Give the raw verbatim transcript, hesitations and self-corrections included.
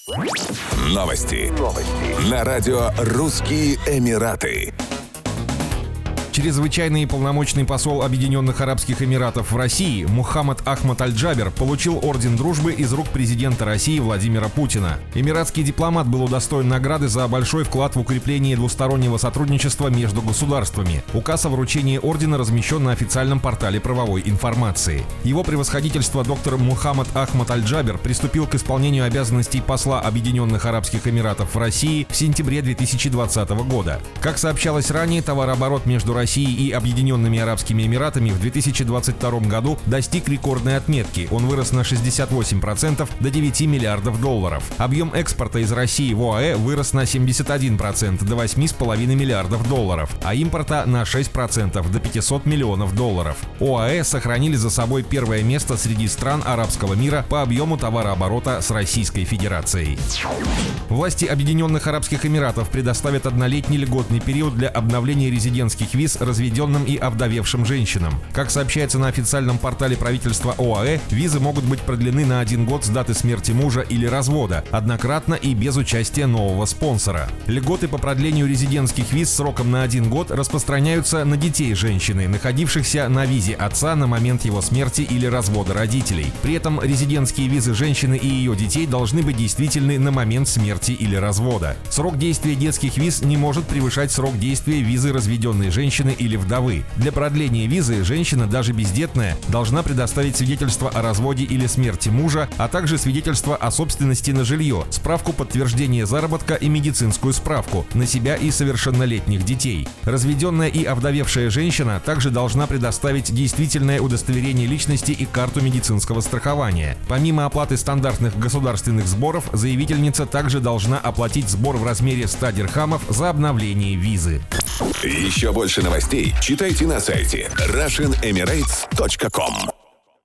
Новости. Новости. На радио «Русские Эмираты». Чрезвычайный и полномочный посол Объединенных Арабских Эмиратов в России Мухаммад Ахмад Аль-Джабер получил орден дружбы из рук президента России Владимира Путина. Эмиратский дипломат был удостоен награды за большой вклад в укрепление двустороннего сотрудничества между государствами. Указ о вручении ордена размещен на официальном портале правовой информации. Его превосходительство доктор Мухаммад Ахмад Аль-Джабер приступил к исполнению обязанностей посла Объединенных Арабских Эмиратов в России в сентябре две тысячи двадцатого года. Как сообщалось ранее, товарооборот между Россией Россией и Объединенными Арабскими Эмиратами в две тысячи двадцать втором году достиг рекордной отметки. Он вырос на шестьдесят восемь процентов до девяти миллиардов долларов. Объем экспорта из России в ОАЭ вырос на семьдесят один процент до восьми с половиной миллиардов долларов, а импорта на шесть процентов до пятисот миллионов долларов. ОАЭ сохранили за собой первое место среди стран арабского мира по объему товарооборота с Российской Федерацией. Власти Объединенных Арабских Эмиратов предоставят однолетний льготный период для обновления резидентских виз разведенным и овдовевшим женщинам. Как сообщается на официальном портале правительства ОАЭ, визы могут быть продлены на один год с даты смерти мужа или развода, однократно и без участия нового спонсора. Льготы по продлению резидентских виз сроком на один год распространяются на детей женщины, находившихся на визе отца на момент его смерти или развода родителей. При этом резидентские визы женщины и ее детей должны быть действительны на момент смерти или развода. Срок действия детских виз не может превышать срок действия визы разведенной женщины или вдовы. Для продления визы женщина, даже бездетная, должна предоставить свидетельство о разводе или смерти мужа, а также свидетельство о собственности на жилье, справку подтверждения заработка и медицинскую справку на себя и совершеннолетних детей. Разведенная и овдовевшая женщина также должна предоставить действительное удостоверение личности и карту медицинского страхования. Помимо оплаты стандартных государственных сборов, заявительница также должна оплатить сбор в размере ста дирхамов за обновление визы. Еще больше новостей читайте на сайте Russian Emirates точка ком.